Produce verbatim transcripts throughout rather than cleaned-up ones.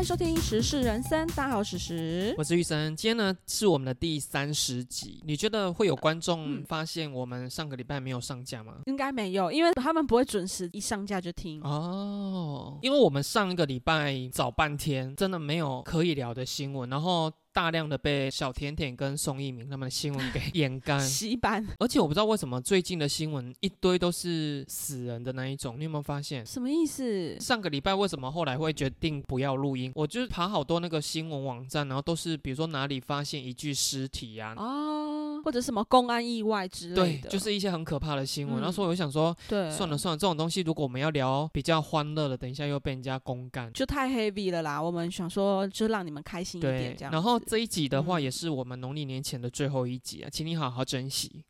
收听时事人生，大家好，时时， 我是玉生。今天呢是我们的第三十集，你觉得会有观众发现我们上个礼拜没有上架吗？ 应该没有，因为他们不会准时一上架就听哦。因为我们上一个礼拜早半天真的没有可以聊的新闻，然后大量的被小甜甜跟宋一鸣他们的新闻给掩盖洗版。 而且我不知道为什么最近的新闻一堆都是死人的那一种，你有没有发现？ 什么意思？ 上个礼拜为什么后来会决定不要录音？我就是爬好多那个新闻网站，然后都是比如说哪里发现一具尸体啊， 哦，或者什么公安意外之类的， 对，就是一些很可怕的新闻、嗯、然后所以我想说对， 算了算了，这种东西如果我们要聊比较欢乐的，等一下又被人家公干， 就太 heavy 了啦。我们想说就让你们开心一点这样子。 然后这一集的话也是我们农历年前的最后一集啊、嗯、请你好好珍惜。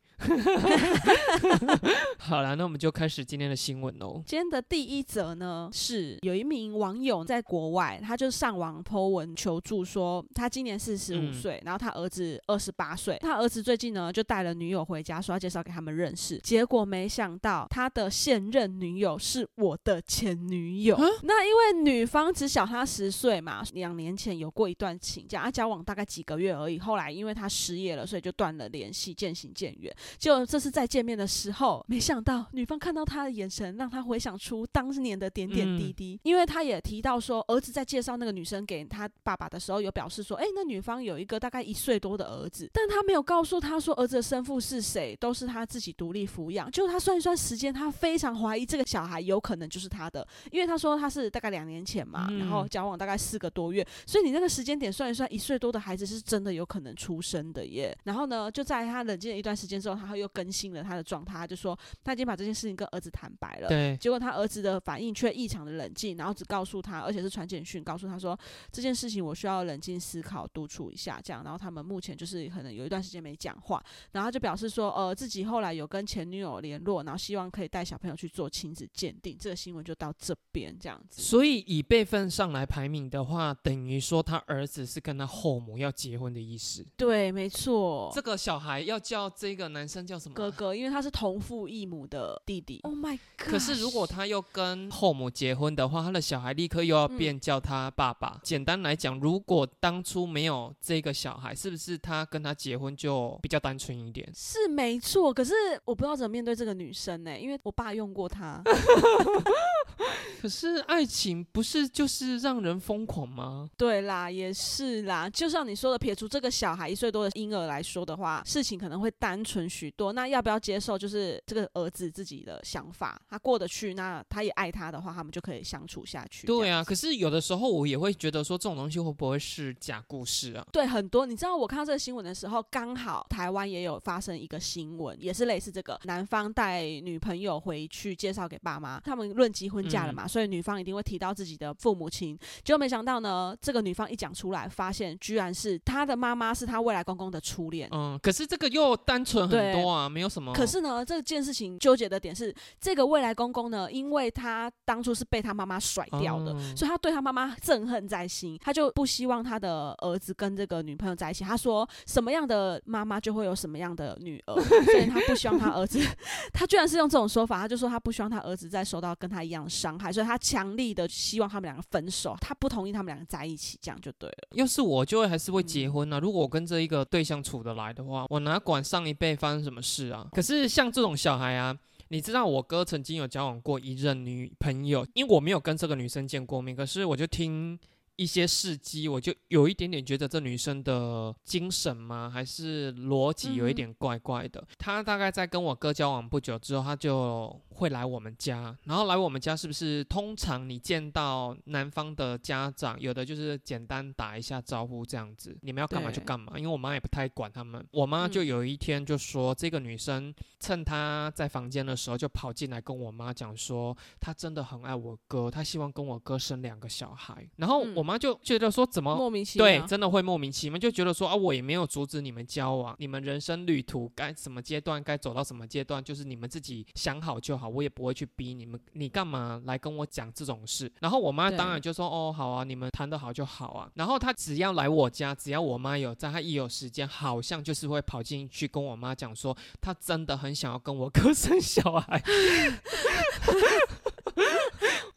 好啦，那我们就开始今天的新闻喽。 今天的第一则呢，是有一名网友在国外，他就上网 po 文求助说他今年四十五岁、嗯、然后他儿子二十八岁，他儿子最近呢就带了女友回家，说要介绍给他们认识，结果没想到他的现任女友是我的前女友。那因为女方只小他十岁嘛，两年前有过一段情，这样他交往大概几个月而已，后来因为他失业了，所以就断了联系，渐行渐远。结果这次再见面的时候，没想到女方看到他的眼神让他回想出当年的点点滴滴、嗯、因为他也提到说儿子在介绍那个女生给他爸爸的时候有表示说哎，那女方有一个大概一岁多的儿子，但他没有告诉他说儿子的生父是谁，都是他自己独立抚养。结果他算一算时间，他非常怀疑这个小孩有可能就是他的，因为他说他是大概两年前嘛、嗯、然后交往大概四个多月，所以你那个时间点算一算，一岁多的孩子是真的有可能出生的耶。然后呢就在他冷静了一段时间之后，他又更新了他的状态，他就说他已经把这件事情跟儿子坦白了。 对， 结果他儿子的反应却异常的冷静，然后只告诉他，而且是传简讯告诉他说这件事情我需要冷静思考督促一下这样。然后他们目前就是可能有一段时间没讲话，然后他就表示说呃自己后来有跟前女友联络，然后希望可以带小朋友去做亲子鉴定。这个新闻就到这边这样子。 所以以辈分上来排名的话，等于说他儿子是跟他后母要结婚的意思。 对，没错。 这个小孩要叫这个男生叫什么？ 哥哥，因为他是同父异母的弟弟。 Oh my god。 可是如果他又跟后母结婚的话，他的小孩立刻又要变叫他爸爸、嗯、简单来讲，如果当初没有这个小孩，是不是他跟他结婚就比较单纯一点？ 是没错，可是我不知道怎么面对这个女生呢、欸，因为我爸用过她。 可是爱情不是就是让人疯狂吗？ 对啦，也是啦，就像你说的，撇除这个小孩一岁多的婴儿来说的话，事情可能会单纯许多。那要不要接受就是这个儿子自己的想法，他过得去，那他也爱他的话，他们就可以相处下去。 对啊，可是有的时候我也会觉得说这种东西会不会是假故事啊？ 对，很多。你知道我看到这个新闻的时候，刚好台湾也有发生一个新闻，也是类似这个，男方带女朋友回去介绍给爸妈，他们论及婚嫁了嘛、嗯、所以女方一定会提到自己的父母亲。结果没想到呢，这个女方一讲出来，发现居然是她的妈妈是她未来公公的初恋。 嗯，可是这个又单纯很多啊，没有什么。 可是呢，这件事情纠结的点是，这个未来公公呢，因为他当初是被他妈妈甩掉的、嗯、所以他对他妈妈憎恨在心，他就不希望他的儿子跟这个女朋友在一起。他说什么样的妈妈就会有什么样的女儿，所以他不希望他儿子他居然是用这种说法，他就说他不希望他儿子再受到跟他一样的伤害，所以他强力的希望他们两个分手，他不同意他们两个在一起，这样就对了。 要是我就会还是会结婚啊、嗯、如果我跟这一个对象处得来的话，我哪管上一辈发生什么事啊。可是像这种小孩啊，你知道我哥曾经有交往过一任女朋友，因为我没有跟这个女生见过面，可是我就听一些事迹，我就有一点点觉得这女生的精神吗还是逻辑有一点怪怪的、嗯、她大概在跟我哥交往不久之后，她就会来我们家，然后来我们家是不是通常你见到男方的家长，有的就是简单打一下招呼这样子，你们要干嘛就干嘛，因为我妈也不太管他们。我妈就有一天就说、嗯、这个女生趁她在房间的时候就跑进来跟我妈讲说她真的很爱我哥，她希望跟我哥生两个小孩。然后我妈就觉得说怎么莫名其妙， 对，真的会莫名其妙，就觉得说啊，我也没有阻止你们交往，你们人生旅途该什么阶段该走到什么阶段，就是你们自己想好就好，我也不会去逼你们，你干嘛来跟我讲这种事。然后我妈当然就说哦好啊，你们谈得好就好啊。然后她只要来我家，只要我妈有在，她一有时间好像就是会跑进去跟我妈讲说她真的很想要跟我哥生小孩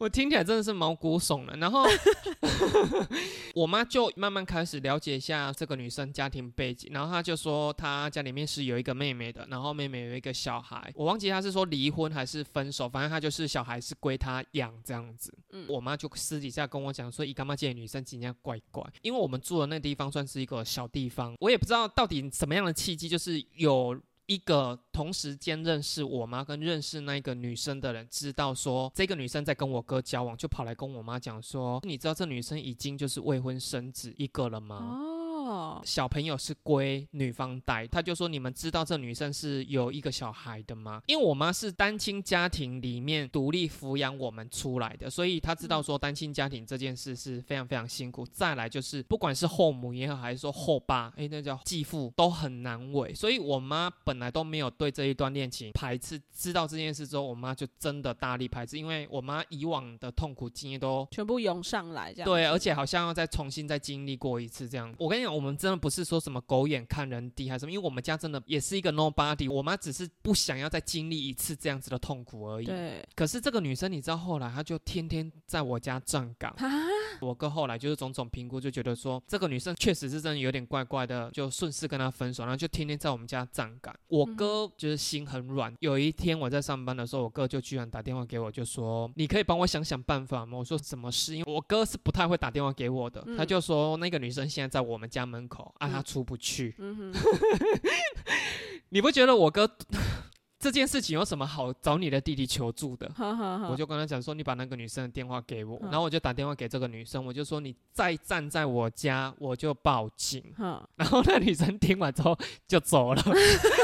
我听起来真的是毛骨悚然。然后我妈就慢慢开始了解一下这个女生家庭背景，然后她就说她家里面是有一个妹妹的，然后妹妹有一个小孩，我忘记她是说离婚还是分手，反正她就是小孩是归她养这样子。嗯，我妈就私底下跟我讲说，伊干嘛这个女生今天怪怪，因为我们住的那地方算是一个小地方，我也不知道到底什么样的契机，就是有一个同时间认识我妈跟认识那个女生的人知道说这个女生在跟我哥交往，就跑来跟我妈讲说，你知道这女生已经就是未婚生子一个了吗？哦，小朋友是归女方带，他就说你们知道这女生是有一个小孩的吗？因为我妈是单亲家庭里面独立抚养我们出来的，所以她知道说单亲家庭这件事是非常非常辛苦。再来就是不管是后母也好还是说后爸，哎，那叫继父都很难为，所以我妈本来都没有对这一段恋情排斥，知道这件事之后我妈就真的大力排斥，因为我妈以往的痛苦经验都全部涌上来这样。 对，而且好像要再重新再经历过一次这样。我跟你讲，我们真的不是说什么狗眼看人低还是什么，因为我们家真的也是一个 nobody， 我妈只是不想要再经历一次这样子的痛苦而已。 对。 可是这个女生你知道后来她就天天在我家站岗，我哥后来就是种种评估就觉得说这个女生确实是真的有点怪怪的，就顺势跟她分手，然后就天天在我们家站岗。我哥就是心很软，有一天我在上班的时候，我哥就居然打电话给我，就说你可以帮我想想办法吗？我说什么事？因为我哥是不太会打电话给我的，嗯、他就说那个女生现在在我们家门口啊，她出不去。嗯、你不觉得我哥这件事情有什么好找你的弟弟求助的？呵呵呵，我就跟他讲说，你把那个女生的电话给我，然后我就打电话给这个女生，我就说你再站在我家，我就报警。然后那女生听完之后就走了。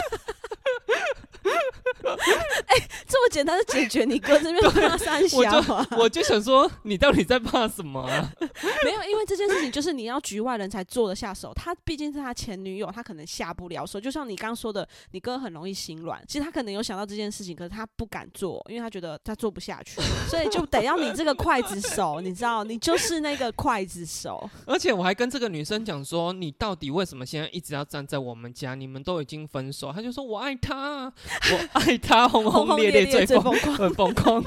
哎、欸，这么简单就解决，你哥这边怕三小啊？ 我就我就想说，你到底在怕什么啊？ 没有，因为这件事情就是你要局外人才做得下手，他毕竟是他前女友，他可能下不了手。就像你刚刚说的，你哥很容易心软，其实他可能有想到这件事情，可是他不敢做，因为他觉得他做不下去，所以就得要你这个刽子手，你知道，你就是那个刽子手。 而且我还跟这个女生讲说，你到底为什么现在一直要站在我们家？你们都已经分手，他就说我爱他，我爱他，轰轰烈烈最疯狂，很疯狂。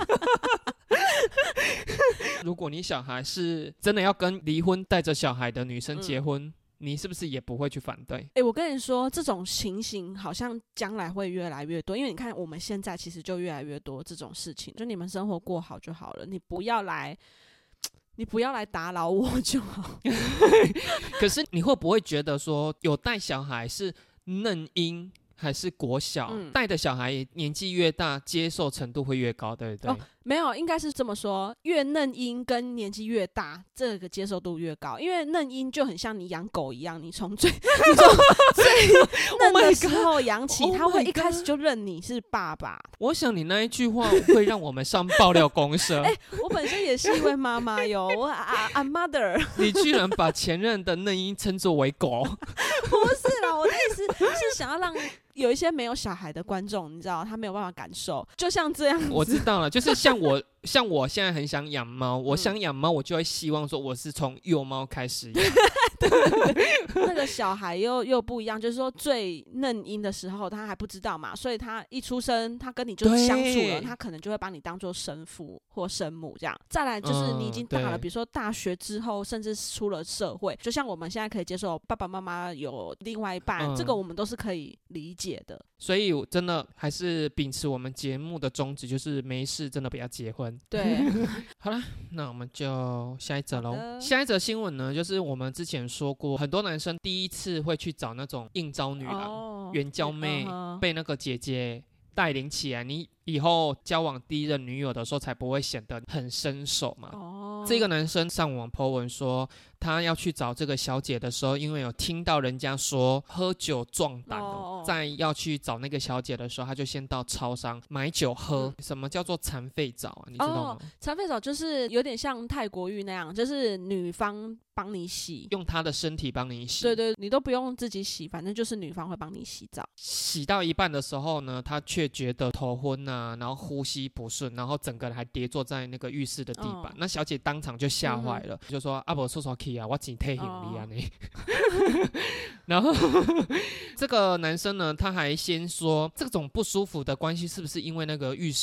如果你小孩是真的要跟离婚带着小孩的女生结婚，嗯、你是不是也不会去反对？ 哎、欸，我跟你说，这种情形好像将来会越来越多，因为你看我们现在其实就越来越多这种事情，就你们生活过好就好了，你不要来。你不要来打扰我就好。 可是你会不会觉得说，有带小孩是嫩婴还是国小、嗯、带的小孩年纪越大，接受程度会越高，对不对？哦， 没有，应该是这么说，越嫩婴跟年纪越大，这个接受度越高。因为嫩婴就很像你养狗一样，你从最你从最嫩的时候养起， oh、他会一开始就认你是爸爸。 我想你那一句话会让我们上爆料公社。 哎、欸，我本身也是一位妈妈哟，我啊啊 mother。 你居然把前任的嫩婴称作为狗？ 不是啦，我的意思是想要让有一些没有小孩的观众，你知道他没有办法感受，就像这样子。 我知道了，就是像我像我现在很想养猫，我想养猫，我就会希望说我是从幼猫开始养。 那个小孩又又不一样，就是说最嫩婴的时候他还不知道嘛，所以他一出生他跟你就相处了，他可能就会把你当做生父或生母这样。再来就是你已经大了、嗯、比如说大学之后甚至出了社会，就像我们现在可以接受爸爸妈妈有另外一半、嗯、这个我们都是可以理解的。 所以我真的还是秉持我们节目的宗旨，就是没事真的不要结婚。对。好了，那我们就下一则咯。下一则新闻呢，就是我们之前说过，很多男生第一次会去找那种应招女郎、援交妹，被那个姐姐带领起来，你以后交往第一任女友的时候才不会显得很生手嘛。哦，这个男生上网 po 文说，他要去找这个小姐的时候，因为有听到人家说喝酒壮胆哦，在要去找那个小姐的时候，他就先到超商买酒喝。嗯、什么叫做残废澡啊？你知道吗？ 残废澡就是有点像泰国浴那样，就是女方帮你洗， 用她的身体帮你洗。 对对，你都不用自己洗，反正就是女方会帮你洗澡。 洗到一半的时候呢，他却觉得头昏啊，然后呼吸不顺，然后整个人还跌坐在那个浴室的地板。哦、那小姐当场就吓坏了，嗯、就说：“啊不，说说去啊，我钱退还你啊你。”然后这个男生呢，他还先说，这种不舒服的关系是不是因为那个浴室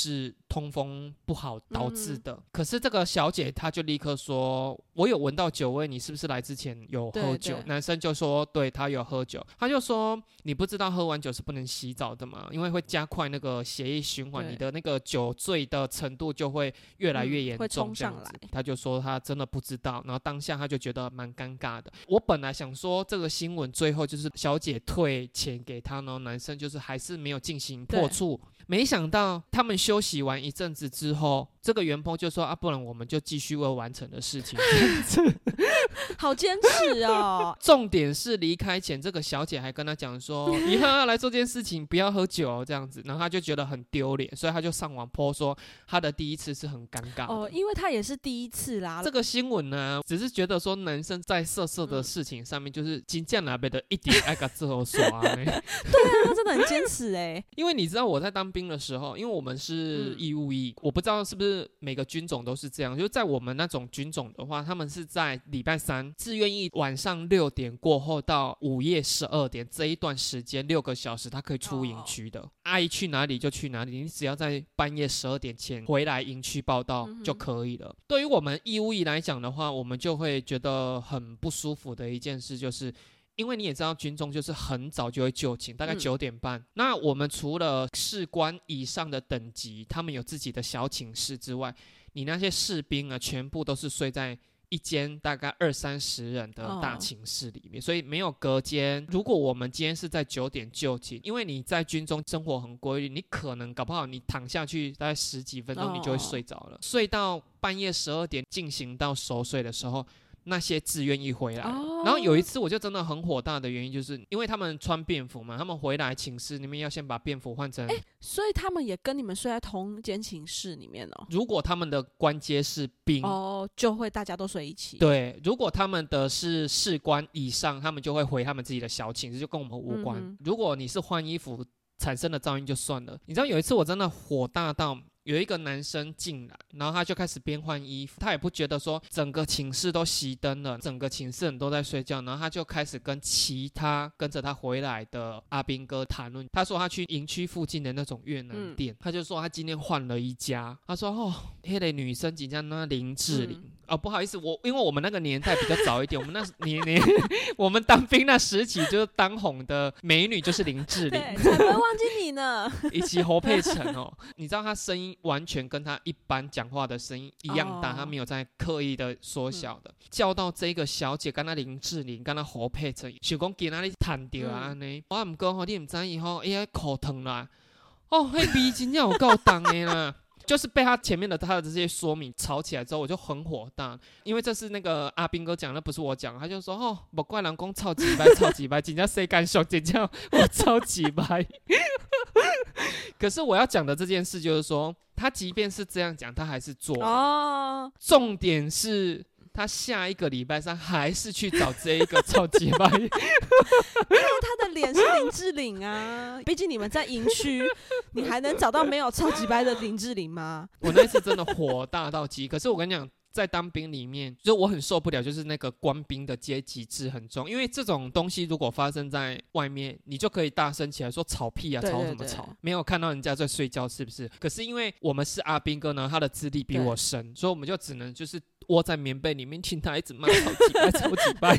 通风不好导致的、嗯、可是这个小姐她就立刻说我有闻到酒味，你是不是来之前有喝酒？男生就说对，他有喝酒。他就说你不知道喝完酒是不能洗澡的吗？因为会加快那个血液循环，你的那个酒醉的程度就会越来越严重、嗯、会冲上来。他就说他真的不知道，然后当下他就觉得蛮尴尬的。我本来想说这个新闻最后就是小姐退钱给他，然后男生就是还是没有进行破处，没想到他们休息完一阵子之后，这个原 po 就说啊，不然我们就继续未完成的事情好坚持哦。 重点是离开前这个小姐还跟他讲说以后要来做这件事情不要喝酒这样子，然后他就觉得很丢脸，所以他就上网 po 说他的第一次是很尴尬的哦，因为他也是第一次啦。 这个新闻呢只是觉得说男生在色色的事情上面就是真正那边的一点爱个之后刷对啊，他真的很坚持哎。 因为你知道我在当兵的时候，因为我们是义务役、嗯、我不知道是不是每个军种都是这样，就是在我们那种军种的话，他们是在礼拜三自愿役晚上六点过后到午夜十二点这一段时间六个小时他可以出营区的、哦、阿姨去哪里就去哪里，你只要在半夜十二点前回来营区报到就可以了、嗯、对于我们义务役来讲的话，我们就会觉得很不舒服的一件事就是因为你也知道军中就是很早就会就寝，大概九点半、嗯、那我们除了士官以上的等级他们有自己的小寝室之外，你那些士兵啊全部都是睡在一间大概二三十人的大寝室里面、哦、所以没有隔间。如果我们今天是在九点就寝，因为你在军中生活很规律，你可能搞不好你躺下去大概十几分钟你就会睡着了、哦、睡到半夜十二点进行到熟睡的时候那些自愿意回来、哦、然后有一次我就真的很火大的原因就是因为他们穿便服嘛，他们回来寝室里面要先把便服换成、欸、 所以他们也跟你们睡在同间寝室里面哦。 如果他们的官阶是兵哦，就会大家都睡一起。 对，如果他们的是士官以上，他们就会回他们自己的小寝室，就跟我们无关、嗯、如果你是换衣服产生的噪音就算了。你知道有一次我真的火大到有一个男生进来，然后他就开始边换衣服，他也不觉得说整个寝室都熄灯了，整个寝室人都在睡觉，然后他就开始跟其他跟着他回来的阿兵哥谈论。他说他去营区附近的那种越南店、嗯、他就说他今天换了一家，他说哦，那个女生紧张那林志玲、嗯哦，不好意思，我因为我们那个年代比较早一点，我们那年年我们当兵那时期就是当红的美女就是林志玲， 对，才不会忘记你呢。 以及侯佩岑哦，你知道她声音完全跟她一般讲话的声音一样大，她、哦、没有在刻意的缩小的。嗯、叫到这个小姐，跟她林志玲，跟她侯佩岑，想讲今仔日谈到啊安尼，我唔讲吼，你唔知以后，哎，口疼啦，哦，迄味真正有够重的啦。就是被他前面的他的这些说明吵起来之后，我就很火大，因为这是那个阿兵哥讲的，不是我讲。他就说哦，不怪人讲超级白，超级白，真正谁敢说，真正我超级白。可是我要讲的这件事就是说，他即便是这样讲，他还是做哦。重点是他下一个礼拜三还是去找这一个超级白，因为他的脸是林志玲啊，毕竟你们在营区，你还能找到没有超级白的林志玲吗？ 我那一次真的火大到极，可是我跟你讲，在当兵里面，就我很受不了，就是那个官兵的阶级制很重，因为这种东西如果发生在外面，你就可以大声起来说吵屁啊，吵什么吵？没有看到人家在睡觉是不是？可是因为我们是阿兵哥呢，他的资历比我深，所以我们就只能就是窝在棉被里面听他一直骂超级白超级白，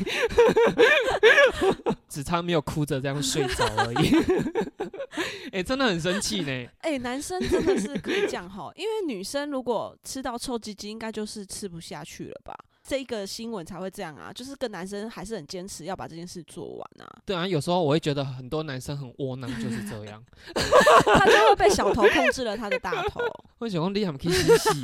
只差没有哭着这样睡着而已。哎、欸，真的很生气呢。 哎、欸，男生真的是可以这样齁，因为女生如果吃到臭鸡鸡，应该就是吃不下去了吧？这一个新闻才会这样啊，就是跟男生还是很坚持要把这件事做完啊。 对啊，有时候我会觉得很多男生很窝囊，就是这样， 他就会被小头控制了他的大头。 为什么你还可以嬉戏？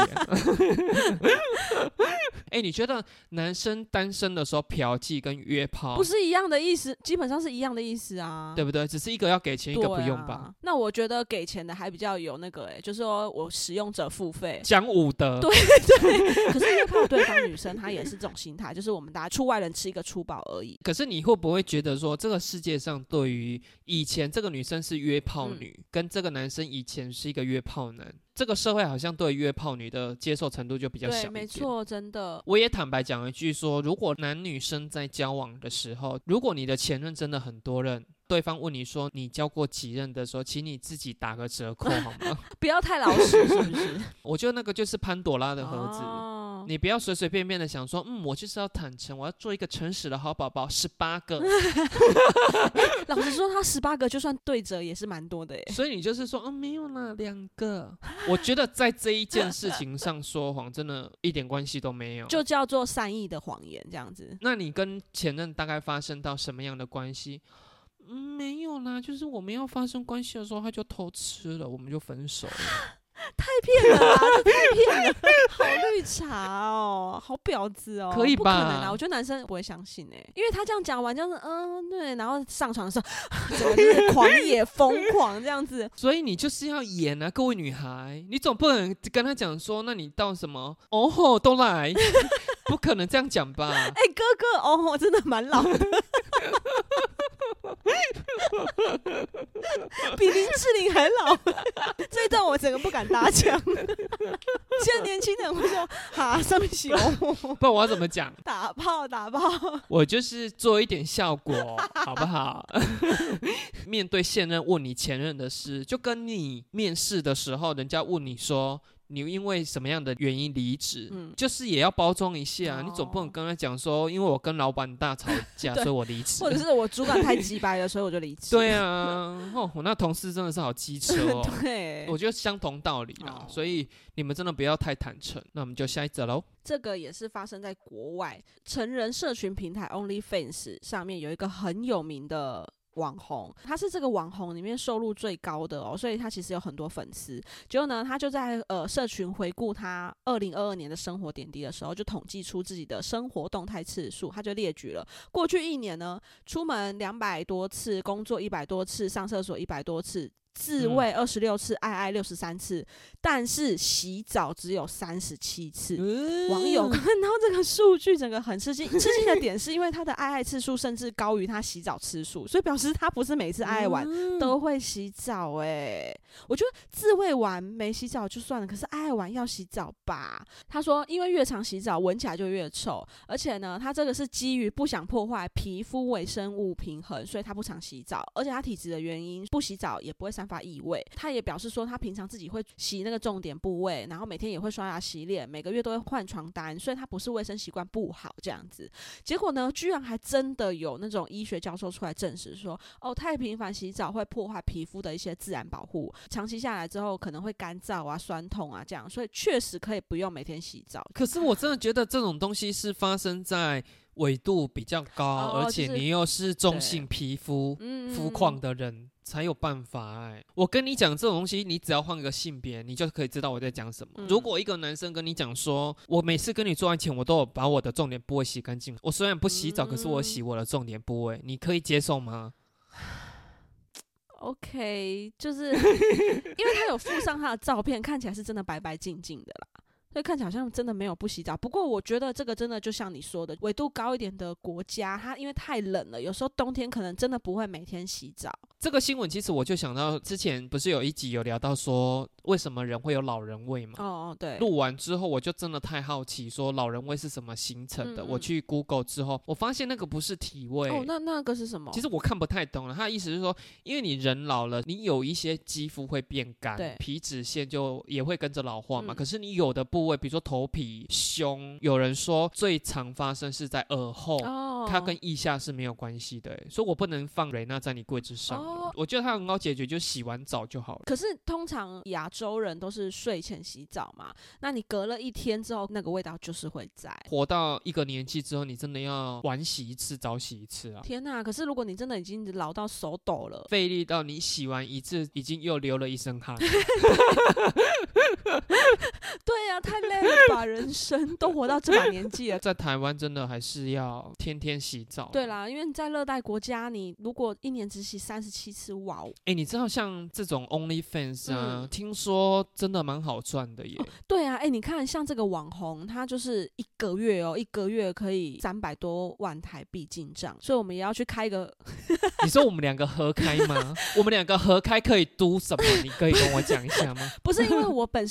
哎、欸，你觉得男生单身的时候嫖妓跟约炮不是一样的意思？基本上是一样的意思啊， 对不对？只是一个要给钱，一个不用吧？ 啊、那我觉得给钱的还比较有那个、欸，哎，就是说我使用者付费， 讲武德。 对对。可是约炮对方女生，她也是这种心态，就是我们大家出外人吃一个粗饱而已。 可是你会不会觉得说，这个世界上对于以前这个女生是约炮女，嗯、跟这个男生以前是一个约炮男？这个社会好像对约炮女的接受程度就比较小一点。 对，没错，真的。 我也坦白讲一句说，如果男女生在交往的时候，如果你的前任真的很多任， 对方问你说你交过几任的时候，请你自己打个折扣好吗？ 不要太老实，是不是？ 我觉得那个就是潘朵拉的盒子。 哦你不要随随便便的想说，嗯，我就是要坦诚，我要做一个诚实的好宝宝，十八个。 老实说，他十八个就算对折也是蛮多的耶。 所以你就是说，嗯，没有啦，两个。我觉得在这一件事情上说谎，真的一点关系都没有， 就叫做善意的谎言这样子。 那你跟前任大概发生到什么样的关系？嗯，没有啦，就是我们要发生关系的时候，他就偷吃了，我们就分手了。 太骗了啦，这太骗了，好绿茶哦，好婊子哦， 可以吧？ 不可能啊，我觉得男生不会相信哎、欸，因为他这样讲完，这样子，嗯，对，然后上床的时候，整个就是狂野疯狂这样子。 所以你就是要演啊，各位女孩，你总不能跟他讲说，那你到什么哦吼都来，不可能这样讲吧？ 哎、欸，哥哥哦吼，真的蛮老的。比林志玲还老，这一段我整个不敢搭腔。现在年轻人会说哈上面写哦， 不然我要怎么讲？ 打炮打炮， 我就是做一点效果，好不好？面对现任问你前任的事，就跟你面试的时候，人家问你说你因为什么样的原因离职、嗯，就是也要包装一下、哦、你总不能跟他讲说因为我跟老板大吵架所以我离职， 或者是我主管太鸡掰了所以我就离职。 对啊，哦，我那同事真的是好机车哦。 对， 我觉得相同道理啦、哦、所以你们真的不要太坦诚。那我们就下一则咯。 这个也是发生在国外，成人社群平台 OnlyFans 上面有一个很有名的网红，他是这个网红里面收入最高的哦，所以他其实有很多粉丝。结果呢，他就在呃社群回顾他二零二二年的生活点滴的时候，就统计出自己的生活动态次数，他就列举了过去一年呢，出门两百多次，工作一百多次，上厕所一百多次。自慰二十六次，爱爱六十三次，但是洗澡只有三十七次、嗯。网友看到这个数据，整个很吃惊。吃惊的点是因为他的爱爱次数甚至高于他洗澡次数，所以表示他不是每次爱爱完都会洗澡、欸。哎，我觉得自慰完没洗澡就算了，可是爱爱完要洗澡吧？他说，因为越常洗澡，闻起来就越臭，而且呢，他这个是基于不想破坏皮肤微生物平衡，所以他不常洗澡，而且他体质的原因，不洗澡也不会散发异味。他也表示说他平常自己会洗那个重点部位，然后每天也会刷牙洗脸，每个月都会换床单，所以他不是卫生习惯不好这样子。结果呢，居然还真的有那种医学教授出来证实说，哦，太频繁洗澡会破坏皮肤的一些自然保护，长期下来之后可能会干燥啊、酸痛啊这样，所以确实可以不用每天洗澡。 可是我真的觉得这种东西是发生在纬度比较高、哦、而且你又是中性皮肤肤况的人才有办法。哎，我跟你讲这种东西，你只要换个性别，你就可以知道我在讲什么、嗯。如果一个男生跟你讲说，我每次跟你做爱前，我都有把我的重点部位洗干净，我虽然不洗澡、嗯，可是我洗我的重点部位，你可以接受吗 ？OK， 就是因为他有附上他的照片，看起来是真的白白净净的啦。所以看起来好像真的没有不洗澡，不过我觉得这个真的就像你说的，纬度高一点的国家，它因为太冷了，有时候冬天可能真的不会每天洗澡。 这个新闻其实我就想到之前不是有一集有聊到说为什么人会有老人味嘛？ 哦哦，对。 录完之后我就真的太好奇，说老人味是什么形成的？嗯嗯，我去 Google 之后，我发现那个不是体味。 哦，那那个是什么？ 其实我看不太懂了。他的意思是说，因为你人老了，你有一些肌肤会变干，皮脂腺就也会跟着老化嘛。嗯、可是你有的部位，比如说头皮、胸，有人说最常发生是在耳后，哦、它跟腋下是没有关系的，所以我不能放瑞娜在你柜子上。哦、我觉得它很好解决，就洗完澡就好了。 可是通常亚洲人都是睡前洗澡嘛，那你隔了一天之后，那个味道就是会在。 活到一个年纪之后，你真的要晚洗一次，早洗一次啊！ 天哪！可是如果你真的已经老到手抖了， 费力到你洗完一次，已经又流了一身汗。 对啊，太累了吧！人生都活到这把年纪了， 在台湾真的还是要天天洗澡。 对啦，因为你在热带国家，你如果一年只洗三十七次，哇哦！ 哎、欸，你知道像这种 OnlyFans 啊、嗯，听说真的蛮好赚的耶。哦、 对啊，哎、欸，你看像这个网红，他就是一个月哦，一个月可以三百多万台币进账，所以我们也要去开一个。 你说我们两个合开吗？我们两个合开可以嘟什么？你可以跟我讲一下吗？ 不是，因为我本身没有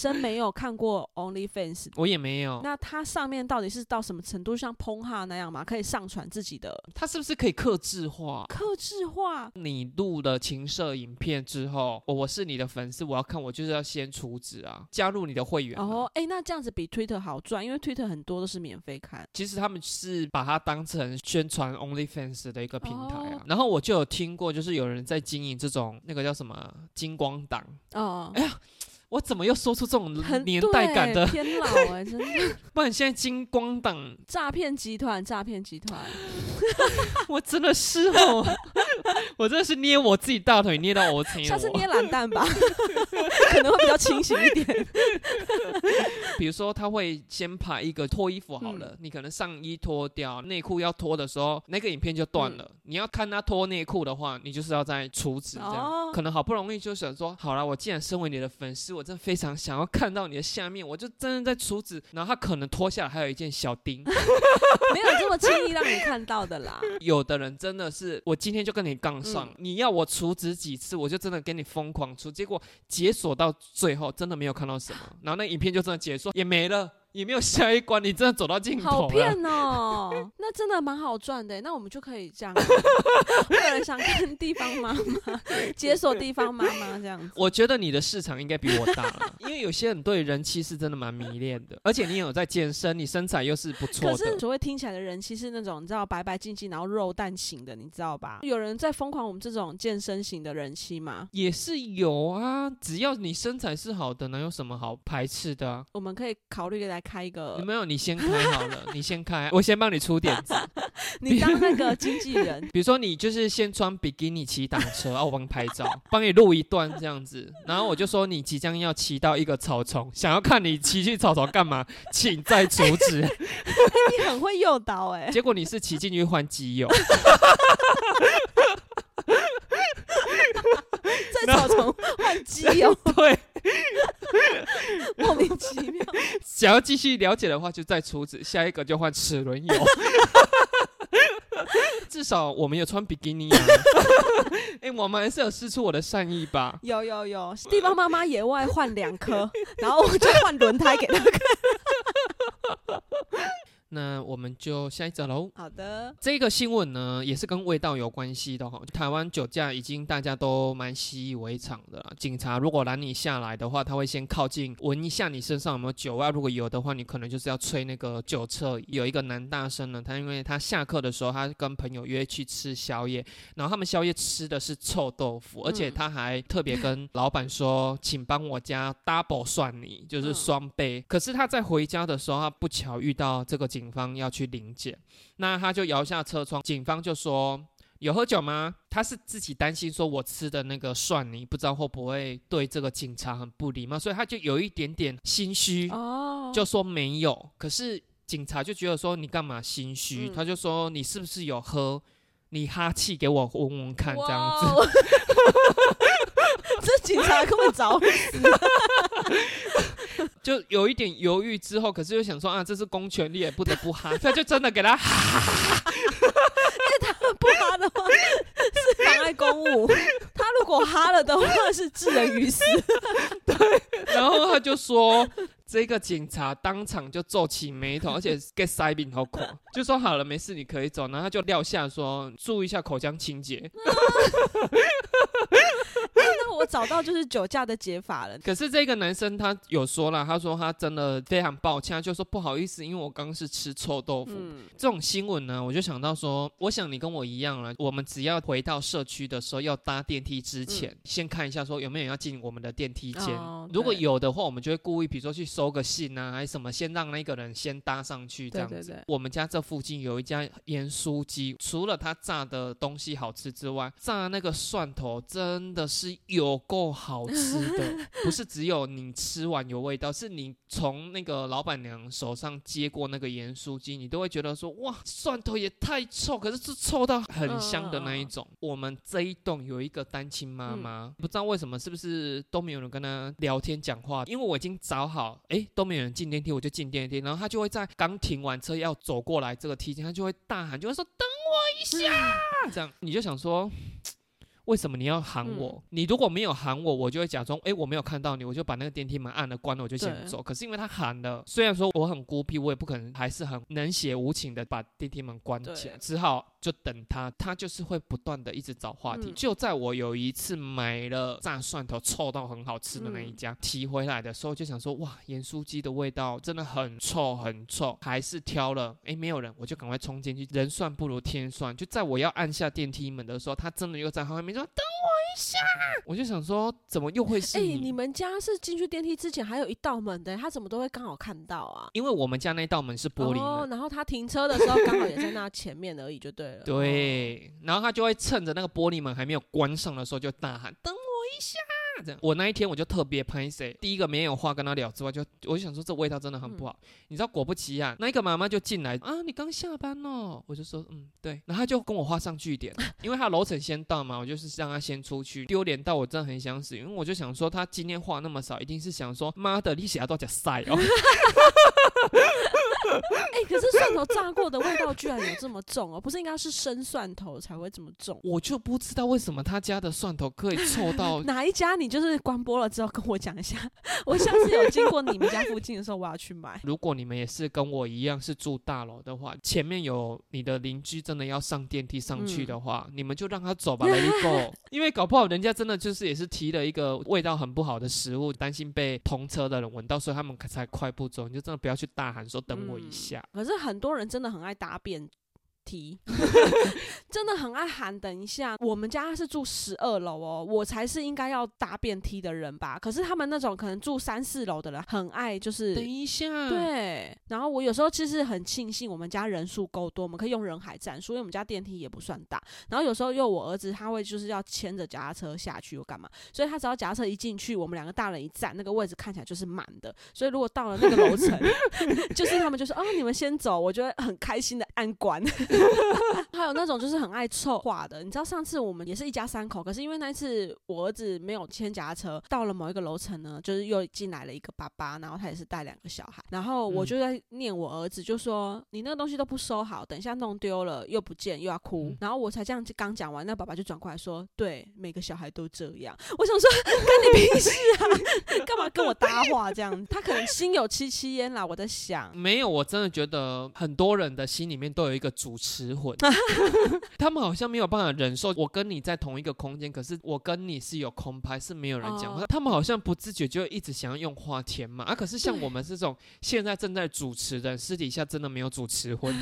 有看过 OnlyFans， 我也没有。 那它上面到底是到什么程度，像 Pornhub 那样吗？可以上传自己的？ 它是不是可以客制化？ 客制化？ 你录了情色影片之后，我是你的粉丝，我要看，我就是要先储值啊，加入你的会员、啊。 哦，哎，那这样子比 Twitter 好赚，因为 Twitter 很多都是免费看。 其实他们是把它当成宣传 OnlyFans 的一个平台啊。 哦、 然后我就有听过，就是有人在经营这种那个叫什么金光党。 哦， 哎呀。我怎么又说出这种年代感的？ 偏老哎、欸，真的。 不然现在金光党诈骗集团，诈骗集团， 我真的是哦，我真的是捏我自己大腿捏到我天。 下次捏懒蛋吧，可能会比较清醒一点。 比如说，他会先拍一个脱衣服好了，嗯、你可能上衣脱掉，内裤要脱的时候，那个影片就断了。嗯、你要看他脱内裤的话，你就是要再处置这样。哦、可能好不容易就想说，好了，我既然身为你的粉丝。我真的非常想要看到你的下面，我就真的在处置，然后他可能脱下来还有一件小丁， 没有这么轻易让你看到的啦。 有的人真的是，我今天就跟你杠上，嗯、你要我处置几次，我就真的跟你疯狂处，结果解锁到最后真的没有看到什么，然后那影片就真的解锁也没了。也没有下一关，你真的走到尽头了。 好骗哦，那真的蛮好赚的。那我们就可以这样，会有人想看地方妈妈解锁地方妈妈这样子。 我觉得你的市场应该比我大了，因为有些人对人气是真的蛮迷恋的，而且你有在健身，你身材又是不错的。 可是所谓听起来的人气是那种你知道白白净净，然后肉蛋型的，你知道吧？有人在疯狂我们这种健身型的人气吗？ 也是有啊，只要你身材是好的，哪有什么好排斥的啊？ 我们可以考虑来开一个， 没有，你先开好了，你先开，我先帮你出点子。 你当那个经纪人， 比如说你就是先穿比基尼骑单车，啊，我帮你拍照，帮你录一段这样子，然后我就说你即将要骑到一个草丛，想要看你骑去草丛干嘛，请再阻止。 欸、你很会诱导哎、欸， 结果你是骑进去换机油。 在草丛换机油， 对， 莫名其妙。 想要继续了解的话，就再处置，下一个就换齿轮油。至少我们有穿比基尼啊。哎、欸，我们还是有释出我的善意吧？ 有有有，地方妈妈野外换两颗，然后我就换轮胎给她看。 那我们就下一则喽。 好的， 这个新闻呢也是跟味道有关系的哈。台湾酒驾已经大家都蛮习以为常的啦。警察如果拦你下来的话，他会先靠近闻一下你身上有没有酒味，如果有的话，你可能就是要吹那个酒测。有一个男大生呢，他因为他下课的时候，他跟朋友约去吃宵夜，然后他们宵夜吃的是臭豆腐，而且他还特别跟老板说，请帮我加 double 蒜泥，就是双倍。可是他在回家的时候，他不巧遇到这个警方要去临检，那他就摇下车窗，警方就说有喝酒吗？他是自己担心说我吃的那个蒜泥不知道会不会对这个警察很不礼貌，所以他就有一点点心虚，哦、就说没有。可是警察就觉得说你干嘛心虚、嗯、他就说你是不是有喝，你哈气给我闻闻看这样子。 这警察根本找死。 就有一点犹豫之后，可是又想说啊，这是公权力，也不得不哈，他就真的给他哈。 因为他们不哈的话是妨碍公务，他如果哈了的话是置人于死。 对，然后他就说，这个警察当场就皱起眉头，而且给塞饼好口，就说好了，没事，你可以走。然后他就撂下说，注意一下口腔清洁。 那我找到就是酒驾的解法了。 可是这个男生他有说了，他说他真的非常抱歉，他就说不好意思，因为我刚是吃臭豆腐。嗯、这种新闻呢，我就想到说，我想你跟我一样了，我们只要回到社区的时候，要搭电梯之前，嗯、先看一下说有没有人要进我们的电梯间。哦、如果有的话，我们就会故意，比如说去收个信啊，还是什么，先让那个人先搭上去这样子。对对对，我们家这附近有一家盐酥鸡，除了它炸的东西好吃之外，炸那个蒜头真的是有够好吃的，不是只有你吃完有味道，是你从那个老板娘手上接过那个盐酥鸡，你都会觉得说哇，蒜头也太臭，可是是臭到很香的那一种。嗯、我们这一栋有一个单亲妈妈，嗯、不知道为什么，是不是都没有人跟她聊天讲话？因为我已经找好，哎，都没有人进电梯，我就进电梯，然后她就会在刚停完车要走过来这个梯间，她就会大喊，就会说等我一下，嗯、这样你就想说。 为什么你要喊我、嗯、你如果没有喊我，我就会假装哎、欸、我没有看到你，我就把那个电梯门按了关了，我就先走。可是因为他喊了，虽然说我很孤僻，我也不可能还是很冷血无情的把电梯门关起来，只好就等他，他就是会不断的一直找话题、嗯、就在我有一次买了炸蒜头臭到很好吃的那一家、嗯、提回来的时候就想说哇盐酥鸡的味道真的很臭很臭，还是挑了哎没有人，我就赶快冲进去，人算不如天算，就在我要按下电梯门的时候，他真的又在后面说等我一下，我就想说怎么又会是你、 欸、你们家是进去电梯之前还有一道门的，他怎么都会刚好看到啊？因为我们家那道门是玻璃门、哦、 然后他停车的时候刚好也在那前面而已就对了对、哦、然后他就会趁着那个玻璃门还没有关上的时候就大喊等我一下这样。我那一天我就特别拍谁，第一个没有话跟他聊之外，就我就想说这味道真的很不好、嗯、你知道果不其然那一个妈妈就进来啊你刚下班哦，我就说嗯对，然后他就跟我画上句点因为他楼层先到嘛，我就是让他先出去，丢脸到我真的很想死，因为我就想说他今天话那么少，一定是想说妈的你写到假晒哦哎、欸，可是蒜头炸过的味道居然有这么重哦，不是应该是生蒜头才会这么重？ 我就不知道为什么他家的蒜头可以臭到哪一家，你就是关播了之后跟我讲一下，我下次有经过你们家附近的时候我要去买。 如果你们也是跟我一样是住大楼的话，前面有你的邻居真的要上电梯上去的话、嗯、你们就让他走吧let it go 因为搞不好人家真的就是也是提了一个味道很不好的食物，担心被同车的人闻到，所以他们才快步走，你就真的不要去大喊说等我一下、 嗯、可是很多人真的很爱搭便梯真的很爱喊等一下。我们家是住十二楼哦，我才是应该要搭电梯的人吧，可是他们那种可能住三四楼的人很爱就是等一下， 对。然后我有时候其实很庆幸我们家人数够多，我们可以用人海战术，因为我们家电梯也不算大，然后有时候又我儿子他会就是要牵着脚踏车下去又干嘛，所以他只要脚踏车一进去，我们两个大人一站，那个位置看起来就是满的，所以如果到了那个楼层就是他们就说哦你们先走，我就会很开心的按关还有那种就是很爱臭话的，你知道上次我们也是一家三口，可是因为那一次我儿子没有牵脚踏车，到了某一个楼层呢，就是又进来了一个爸爸，然后他也是带两个小孩，然后我就在念我儿子，就说你那个东西都不收好，等一下弄丢了又不见又要哭、嗯、然后我才这样刚讲完，那爸爸就转过来说对每个小孩都这样。我想说跟你屁事啊干嘛跟我搭话这样，他可能心有戚戚焉啦，我在想。 没有，我真的觉得很多人的心里面都有一个主持魂他们好像没有办法忍受我跟你在同一个空间，可是我跟你是有空拍，是没有人讲话、哦、他们好像不自觉就会一直想要用话填嘛啊！可是像我们这种现在正在主持的人，私底下真的没有主持魂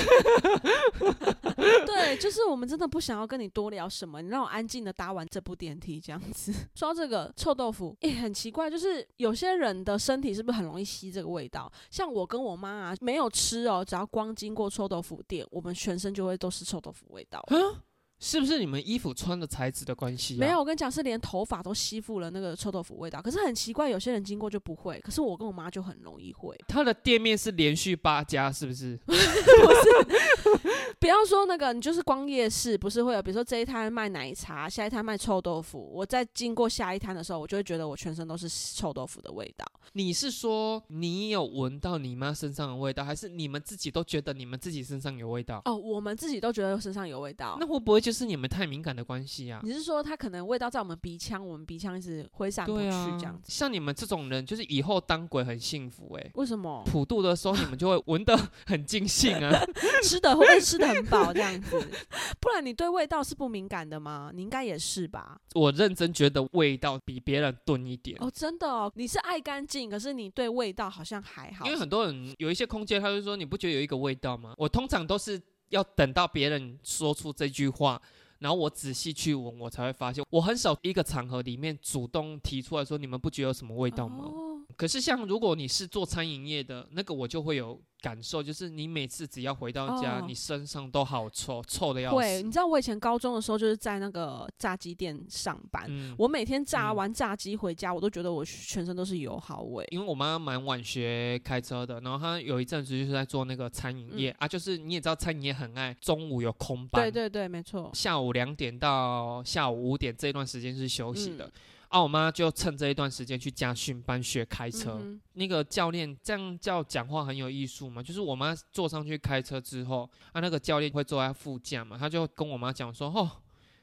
对，就是我们真的不想要跟你多聊什么，你让我安静的搭完这部电梯这样子。说到这个臭豆腐，欸，很奇怪，就是有些人的身体是不是很容易吸这个味道？像我跟我妈啊，没有吃哦，只要光经过臭豆腐店，我们全身就会都是臭豆腐味道。 啊？是不是你们衣服穿的材质的关系、啊？ 没有，我跟你讲，是连头发都吸附了那个臭豆腐味道。可是很奇怪，有些人经过就不会，可是我跟我妈就很容易会。 他的店面是连续八家，是不是？ 不是，不要说那个，你就是光夜市，不是会有，比如说这一摊卖奶茶，下一摊卖臭豆腐。我在经过下一摊的时候，我就会觉得我全身都是臭豆腐的味道。 你是说你有闻到你妈身上的味道，还是你们自己都觉得你们自己身上有味道？ 哦，我们自己都觉得身上有味道。 那会不会就是你们太敏感的关系啊？ 你是说它可能味道在我们鼻腔，我们鼻腔一直挥散不去这样子？ 啊、像你们这种人，就是以后当鬼很幸福哎、欸。 为什么？ 普渡的时候你们就会闻得很尽兴啊， 吃的会不会吃得很饱这样子？不然你对味道是不敏感的吗？你应该也是吧？ 我认真觉得味道比别人钝一点。 哦，真的哦，你是爱干净，可是你对味道好像还好。 因为很多人有一些空间，他就说你不觉得有一个味道吗？我通常都是要等到别人说出这句话，然后我仔细去闻，我才会发现。我很少一个场合里面主动提出来说，你们不觉得有什么味道吗？哦、可是像如果你是做餐饮业的，那个我就会有感受，就是你每次只要回到家，哦、你身上都好臭，臭的要死。 会，你知道我以前高中的时候就是在那个炸鸡店上班，嗯、我每天炸完炸鸡回家，嗯、我都觉得我全身都是油耗味。 因为我妈蛮晚学开车的，然后她有一阵子就是在做那个餐饮业、嗯、啊，就是你也知道餐饮业很爱中午有空班， 对对对，没错， 下午两点到下午五点这一段时间是休息的。嗯啊，我妈就趁这一段时间去家训班学开车、嗯、那个教练这样叫讲话很有艺术嘛，就是我妈坐上去开车之后啊，那个教练会坐在副驾嘛，他就跟我妈讲说，哦，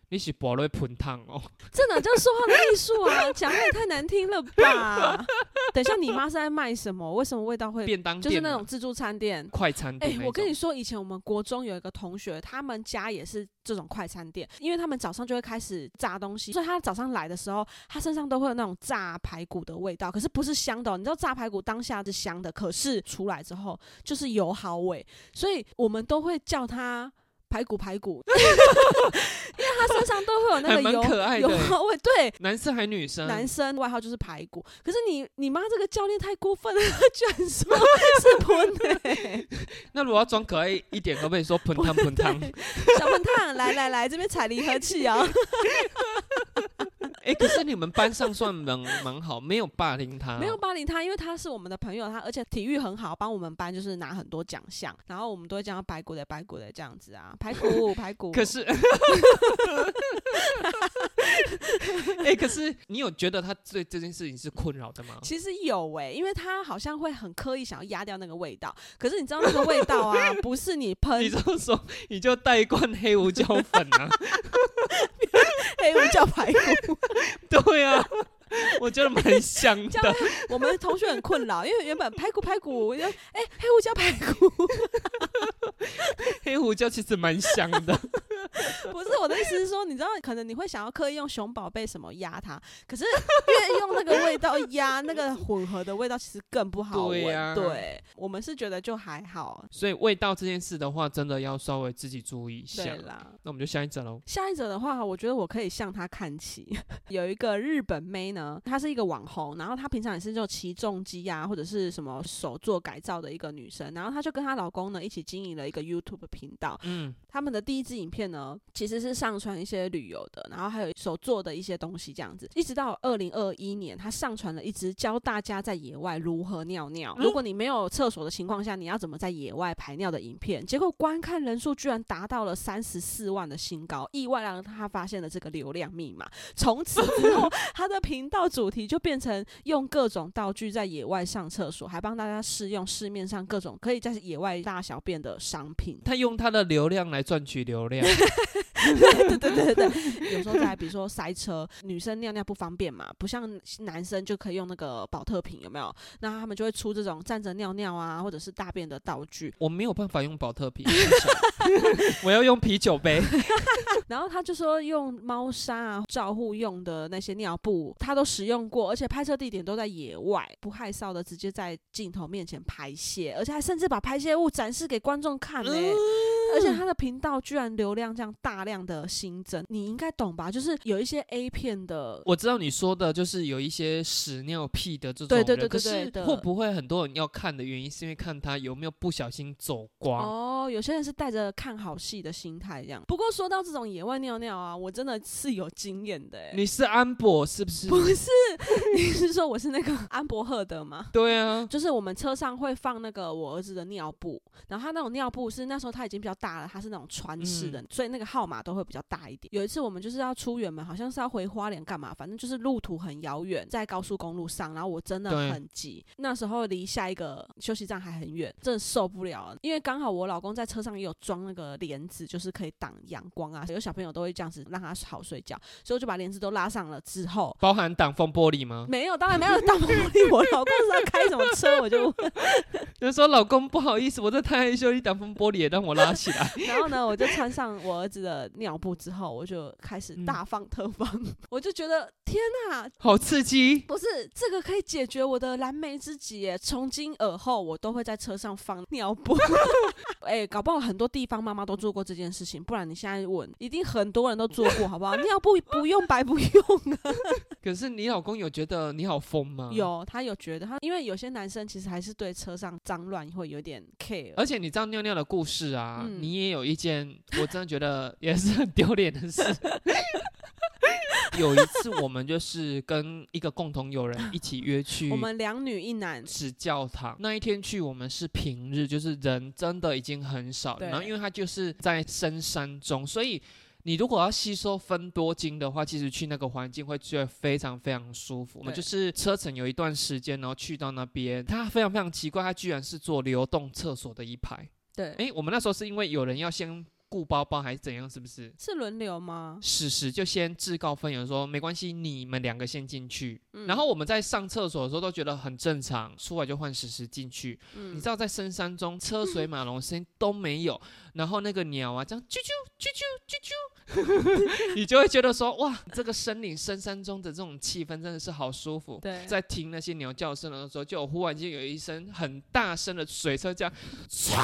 你是拔落喷汤哦， 这哪叫说话的艺术啊？讲的也太难听了吧！等一下，你妈是在卖什么？为什么味道会便当店就是那种自助餐店、 快餐店？ 哎、欸，我跟你说，以前我们国中有一个同学，他们家也是这种快餐店，因为他们早上就会开始炸东西，所以他早上来的时候，他身上都会有那种炸排骨的味道，可是不是香的哦，你知道炸排骨当下是香的，可是出来之后就是油耗味，所以我们都会叫他排骨排骨，因为他身上都会有那个油可爱的油耗味。对， 男生还女生？ 男生外号就是排骨。可是你你妈这个教练太过分了，她居然说是喷欸那如果要装可爱一点，可不可以说喷汤喷汤？ 小喷烫，来来来，这边踩离合器啊！ 哎、欸，可是你们班上算蛮蛮好，没有霸凌他、哦， 没有霸凌他，因为他是我们的朋友，他而且体育很好，帮我们班就是拿很多奖项，然后我们都会叫他排骨的排骨的这样子啊，排骨排骨。 可是，哎、欸，可是你有觉得他对这件事情是困扰的吗？ 其实有哎、欸，因为他好像会很刻意想要压掉那个味道，可是你知道那个味道啊，不是你喷， 你就说你就带一罐黑胡椒粉啊， 黑胡椒排骨。 对啊，我觉得蛮香的。 我们同学很困扰，因为原本排骨排骨，哎、欸，黑胡椒排骨， 黑胡椒其实蛮香的。 不是我的意思是说，你知道，可能你会想要刻意用熊宝贝什么压它，可是越用那个味道压那个混合的味道，其实更不好闻。对啊，对，我们是觉得就还好。 所以味道这件事的话，真的要稍微自己注意一下。 对啦， 那我们就下一则喽。 下一则的话，我觉得我可以向他看齐。有一个日本妹呢，她是一个网红，然后她平常也是就骑重机啊，或者是什么手做改造的一个女生，然后她就跟她老公呢一起经营了一个 YouTube 频道。嗯，他们的第一支影片呢，其实是上传一些旅游的，然后还有手做的一些东西这样子。一直到二零二一年，她上传了一支教大家在野外如何尿尿，嗯、如果你没有厕所的情况下，你要怎么在野外排尿的影片。结果观看人数居然达到了三十四万的新高，意外让他发现了这个流量密码。从此之后，他的频道主题就变成用各种道具在野外上厕所，还帮大家试用市面上各种可以在野外大小便的商品。 他用他的流量来赚取流量。 对对对对对，有时候在比如说塞车，女生尿尿不方便嘛，不像男生就可以用那个保特瓶，有没有？那他们就会出这种站着尿尿啊，或者是大便的道具。 我没有办法用保特瓶，我要用啤酒杯。 然后他就说用猫砂啊、照护用的那些尿布，他都使用过，而且拍摄地点都在野外，不害臊的直接在镜头面前排泄，而且还甚至把排泄物展示给观众看呢、欸。嗯、而且他的频道居然流量这样大量的新增，你应该懂吧？就是有一些 A 片的， 我知道你说的就是有一些屎尿屁的这种人， 对对对对对， 可是会不会很多人要看的原因是因为看他有没有不小心走光？ 哦，有些人是带着看好戏的心态这样。不过说到这种野外尿尿啊，我真的是有经验的、欸。 你是安博是不是？ 不是，你是说我是那个安博赫德吗？ 对啊， 就是我们车上会放那个我儿子的尿布，然后他那种尿布是那时候他已经比较大了，他是那种传式的、嗯，所以那个号码都会比较大一点。有一次我们就是要出远门，好像是要回花莲干嘛，反正就是路途很遥远，在高速公路上，然后我真的很急，那时候离下一个休息站还很远，真的受不了了。因为刚好我老公在车上也有装那个帘子，就是可以挡阳光啊，有小朋友都会这样子让他好睡觉，所以我就把帘子都拉上了之后， 包含挡风玻璃吗？ 没有，当然没有挡风玻璃。我老公是要开什么车，我就就说老公不好意思，我这太害羞，你挡风玻璃也让我拉起来。 然后呢，我就穿上我儿子的尿布之后，我就开始大放特放，嗯、我就觉得天哪， 好刺激！ 不是这个可以解决我的燃眉之急耶！从今而后，我都会在车上放尿布。哎、欸，搞不好很多地方妈妈都做过这件事情，不然你现在问，一定很多人都做过，好不好？尿布不用白不用啊。 可是你老公有觉得你好疯吗？ 有，他有觉得他，因为有些男生其实还是对车上脏乱会有点 care。 而且你知道尿尿的故事啊， 嗯、 你也有一件我真的觉得也是很丢脸的事。有一次我们就是跟一个共同友人一起约去， 我们两女一男纸教堂。那一天去我们是平日，就是人真的已经很少，然后因为它就是在深山中，所以你如果要吸收芬多精的话，其实去那个环境会觉得非常非常舒服。我们就是车程有一段时间，然后去到那边，它非常非常奇怪，它居然是做流动厕所的一排。 对， 哎，我们那时候是因为有人要先顾包包还是怎样，是不是？ 是轮流吗？ 史实就先自告奋勇说没关系，你们两个先进去、嗯、然后我们在上厕所的时候都觉得很正常，出来就换史实进去、嗯、你知道在深山中车水马龙声音都没有，然后那个鸟啊这样啾啾啾啾啾啾你就会觉得说哇，这个森林深山中的这种气氛真的是好舒服。 对， 在听那些鸟叫声的时候，就忽然间有一声很大声的水车这样唰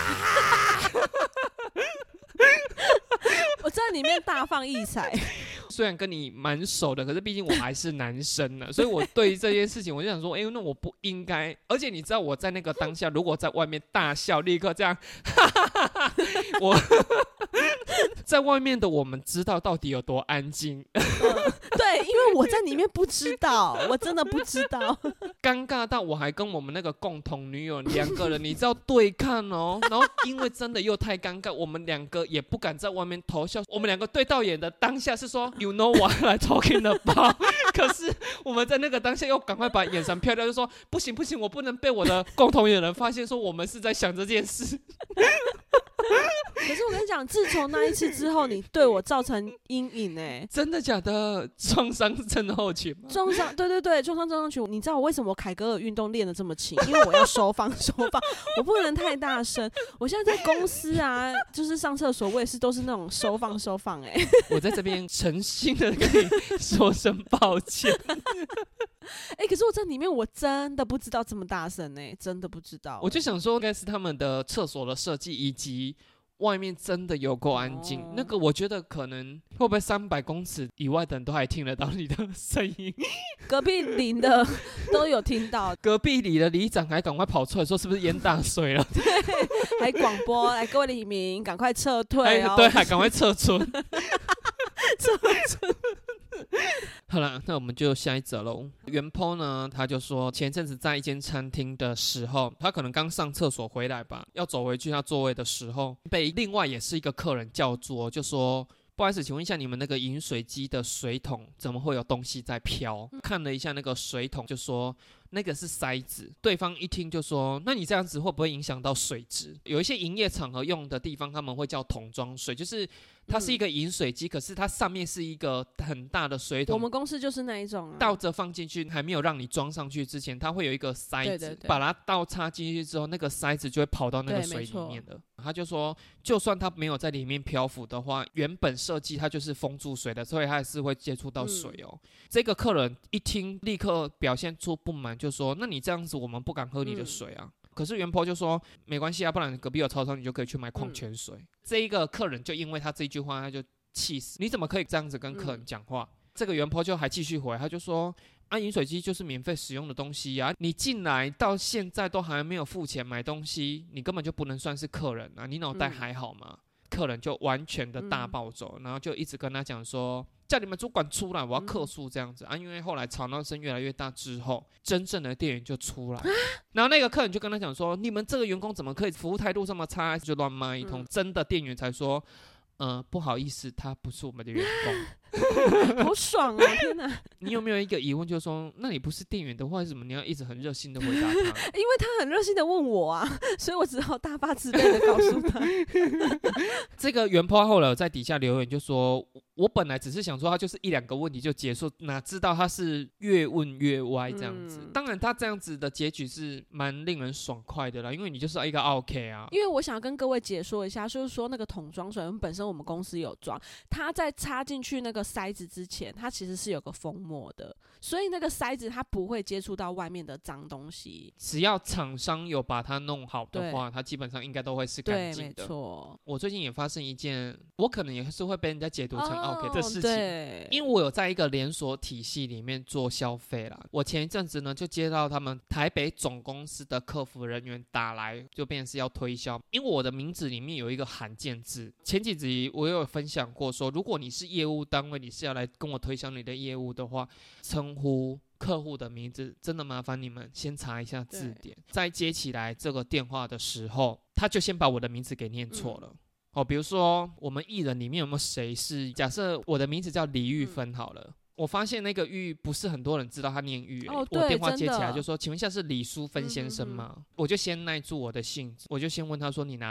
我在里面大放异彩虽然跟你蛮熟的，可是毕竟我还是男生呢，所以我对于这件事情我就想说，哎、欸，那我不应该。而且你知道我在那个当下，如果在外面大笑，立刻这样，哈哈哈哈我在外面的我们知道到底有多安静、 嗯。对，因为我在里面不知道，我真的不知道， 尴尬到我还跟我们那个共同女友两个人，你知道对看哦，然后因为真的又太尴尬，我们两个也不敢在外面偷笑，我们两个对到眼的当下是说。You know what I'm talking about 可是我们在那个当下又赶快把眼神飘掉，就说不行不行，我不能被我的共同友人发现说我们是在想这件事可是我跟你讲，自从那一次之后，你对我造成阴影哎、欸， 真的假的？创伤症候群吗？ 创伤，对对对，创伤症候群。你知道我为什么我凯格尔运动练得这么勤？因为我要收放收放，我不能太大声。我现在在公司啊，就是上厕所，我也是都是那种收放收放哎、欸。 我在这边诚心的跟你说声抱歉。 哎、欸，可是我在里面我真的不知道这么大声哎、欸，真的不知道、欸。 我就想说，应该是他们的厕所的设计以及。外面真的有够安静、哦，那个我觉得可能会不会三百公尺以外的人都还听得到你的声音， 隔壁邻的都有听到， 隔壁里的里长还赶快跑出来说是不是淹大水了？ 对，还广播来各位里民赶快撤退， 对，还赶快撤村， 撤村。 好了，那我们就下一则喽。原 po 呢，他就说前阵子在一间餐厅的时候，他可能刚上厕所回来吧，要走回去他座位的时候，被另外也是一个客人叫住，就说不好意思，请问一下你们那个饮水机的水桶怎么会有东西在飘、嗯、看了一下那个水桶就说那个是塞子，对方一听就说那你这样子会不会影响到水质？有一些营业场合用的地方他们会叫桶装水，就是它是一个饮水机、嗯、可是它上面是一个很大的水桶， 我们公司就是那一种、啊、 倒着放进去，还没有让你装上去之前它会有一个塞子，对对对，把它倒插进去之后那个塞子就会跑到那个水里面的。他就说就算它没有在里面漂浮的话，原本设计它就是封住水的，所以它还是会接触到水哦、嗯、这个客人一听立刻表现出不满，就说那你这样子我们不敢喝你的水啊、嗯、可是原 po 就说没关系啊，不然隔壁有超商你就可以去买矿泉水、嗯、这一个客人就因为他这一句话他就气死，你怎么可以这样子跟客人讲话、嗯、这个原 po 就还继续回，他就说啊，饮水机就是免费使用的东西啊，你进来到现在都还没有付钱买东西，你根本就不能算是客人啊，你脑袋还好吗、嗯、客人就完全的大暴走、嗯、然后就一直跟他讲说叫你们主管出来，我要客诉这样子、嗯、啊，因为后来吵闹声越来越大之后，真正的店员就出来，然后那个客人就跟他讲说你们这个员工怎么可以服务态度这么差，就乱骂一通、嗯、真的店员才说呃，不好意思，他不是我们的员工。 好爽啊！天哪！ 你有没有一个疑问，就是说，那你不是店员的话，为什么你要一直很热心的回答他？因为他很热心的问我啊，所以我只好大发慈悲的告诉他。 这个原 po 后来在底下留言就说，我本来只是想说他就是一两个问题就结束，哪知道他是越问越歪这样子、嗯、当然他这样子的结局是蛮令人爽快的啦，因为你就是一个 OK 啊。 因为我想跟各位解说一下，就是说那个桶装水本身我们公司有装，它在插进去那个塞子之前它其实是有个封膜的，所以那个塞子它不会接触到外面的脏东西， 只要厂商有把它弄好的话，它基本上应该都会是干净的。 对，没错。 我最近也发生一件我可能也是会被人家解读成 OK 的事情、 哦、对， 因为我有在一个连锁体系里面做消费啦，我前一阵子呢就接到他们台北总公司的客服人员打来，就变成是要推销，因为我的名字里面有一个罕见字，前几集我有分享过说，如果你是业务单位，你是要来跟我推销你的业务的话，称呼客户的名字真的麻烦你们先查一下字典，在接起来这个电话的时候，他就先把我的名字给念错了、嗯哦，比如说我们艺人里面有没有谁是，假设我的名字叫李玉芬好了、嗯、我发现那个玉不是很多人知道他念玉、欸哦、我电话接起来就说请问一下是李淑芬先生吗、嗯嗯嗯、我就先耐住我的性子，我就先问他说你哪里，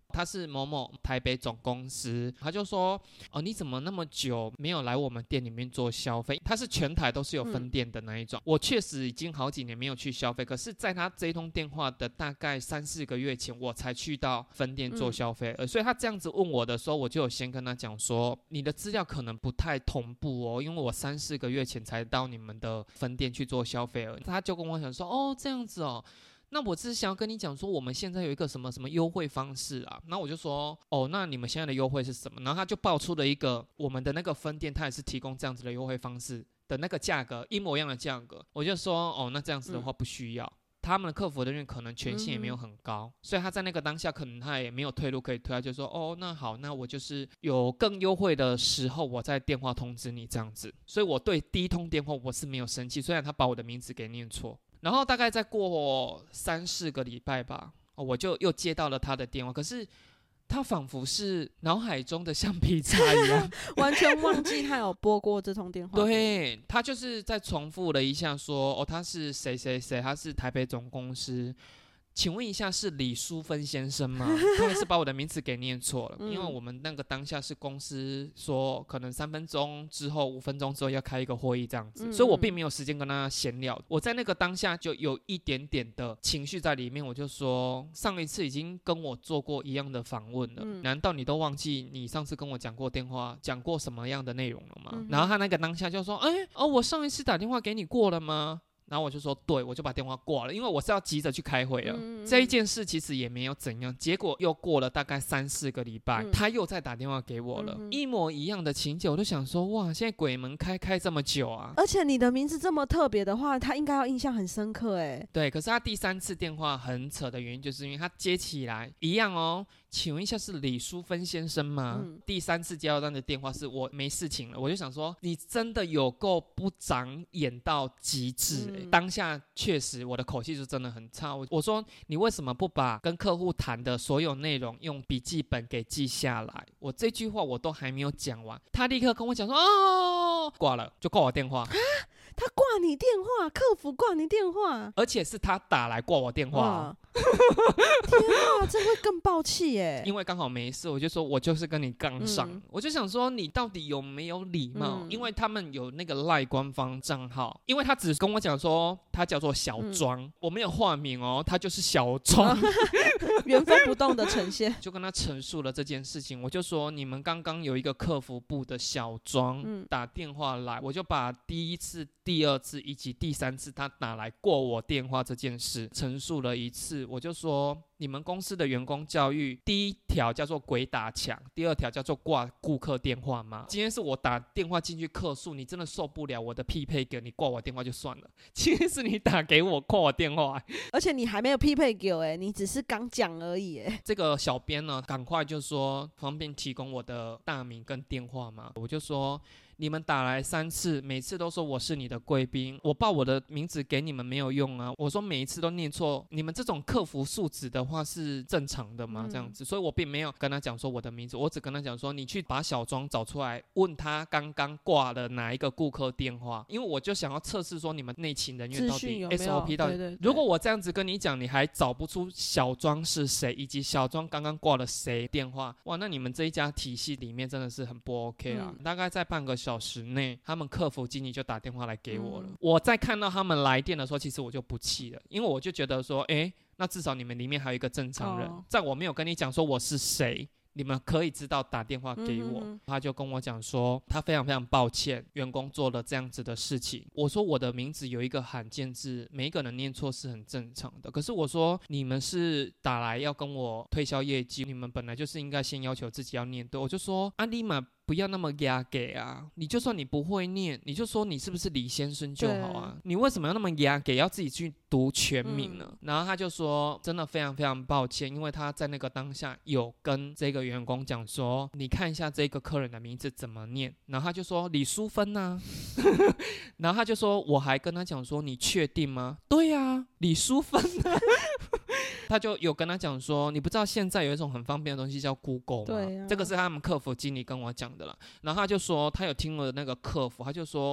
他是某某台北总公司，他就说哦，你怎么那么久没有来我们店里面做消费？他是全台都是有分店的那一种、嗯、我确实已经好几年没有去消费，可是在他这一通电话的大概三四个月前我才去到分店做消费、嗯、所以他这样子问我的时候，我就有先跟他讲说你的资料可能不太同步哦，因为我三四个月前才到你们的分店去做消费而已。他就跟我讲说哦，这样子哦，那我只是想要跟你讲说我们现在有一个什么什么优惠方式啊，那我就说哦，那你们现在的优惠是什么？然后他就爆出了一个我们的那个分店他也是提供这样子的优惠方式的那个价格，一模一样的价格。我就说哦，那这样子的话不需要、嗯、他们的客服人员可能权限也没有很高、嗯、所以他在那个当下可能他也没有退路可以退，他就说哦，那好，那我就是有更优惠的时候我再电话通知你这样子。所以我对第一通电话我是没有生气，虽然他把我的名字给念错。然后大概再过三四个礼拜吧、哦、我就又接到了他的电话，可是他仿佛是脑海中的橡皮擦一样完全忘记他有拨过这通电话。 对，他就是再重复了一下说哦，他是谁谁谁，他是台北总公司，请问一下是李淑芬先生吗？他还是把我的名字给念错了、嗯、因为我们那个当下是公司说可能三分钟之后五分钟之后要开一个会议这样子、嗯、所以我并没有时间跟他闲聊。我在那个当下就有一点点的情绪在里面，我就说上一次已经跟我做过一样的访问了、嗯、难道你都忘记你上次跟我讲过电话讲过什么样的内容了吗、嗯、然后他那个当下就说哎哦，我上一次打电话给你过了吗？然后我就说对，我就把电话挂了，因为我是要急着去开会了、嗯、这一件事其实也没有怎样。结果又过了大概三四个礼拜、嗯、他又再打电话给我了、嗯、一模一样的情节。我就想说哇，现在鬼门开开这么久啊， 而且你的名字这么特别的话他应该要印象很深刻耶。 对，可是他第三次电话很扯的原因就是因为他接起来一样哦，请问一下是李淑芬先生吗、嗯、第三次接到他的电话是我没事情了。我就想说你真的有够不长眼到极致、欸嗯、当下确实我的口气就真的很差。 我, 我说你为什么不把跟客户谈的所有内容用笔记本给记下来？我这句话我都还没有讲完，他立刻跟我讲说哦，挂了，就挂我电话。 他挂你电话，客服挂你电话， 而且是他打来挂我电话、哦、 天啊，这会更爆气耶。 因为刚好没事，我就说我就是跟你杠上、嗯、我就想说你到底有没有礼貌、嗯、因为他们有那个 LINE 官方账号，因为他只跟我讲说他叫做小庄、嗯、我没有化名哦，他就是小庄、哦、 原封不动的呈现就跟他陈述了这件事情。我就说你们刚刚有一个客服部的小庄、嗯、打电话来，我就把第一次第二次以及第三次他打来过我电话这件事陈述了一次。我就说你们公司的员工教育第一条叫做鬼打墙，第二条叫做挂顾客电话吗？今天是我打电话进去客诉，你真的受不了我的匹配给你挂我电话就算了，今天是你打给我挂我电话， 而且你还没有匹配给我，你只是刚讲而已。 这个小编呢赶快就说方便提供我的大名跟电话吗？我就说你们打来三次，每次都说我是你的贵宾，我报我的名字给你们没有用啊。我说每一次都念错，你们这种客服素质的话是正常的吗？这样子，所以我并没有跟他讲说我的名字，我只跟他讲说你去把小庄找出来，问他刚刚挂了哪一个顾客电话，因为我就想要测试说你们内勤人员到底 S O P 到底。对对对，如果我这样子跟你讲，你还找不出小庄是谁，以及小庄刚刚挂了谁电话，哇，那你们这一家体系里面真的是很不 OK 啊。嗯、大概在半个小时小时内他们客服经理就打电话来给我了、嗯、我在看到他们来电的时候其实我就不气了，因为我就觉得说哎，那至少你们里面还有一个正常人、哦、在我没有跟你讲说我是谁，你们可以知道打电话给我、嗯、他就跟我讲说他非常非常抱歉员工做了这样子的事情。我说我的名字有一个罕见字，每一个人念错是很正常的，可是我说你们是打来要跟我推销业绩，你们本来就是应该先要求自己要念对。我就说啊你们不要那么压给啊，你就算你不会念你就说你是不是李先生就好啊，你为什么要那么压给要自己去读全名呢、嗯、然后他就说真的非常非常抱歉，因为他在那个当下有跟这个员工讲说你看一下这个客人的名字怎么念，然后他就说李淑芬啊然后他就说我还跟他讲说你确定吗？对啊李淑芬啊他就有跟他讲说你不知道现在有一种很方便的东西叫 Google 吗？对啊，这个是他们客服经理跟我讲的啦。然后他就说他有听了那个客服，他就说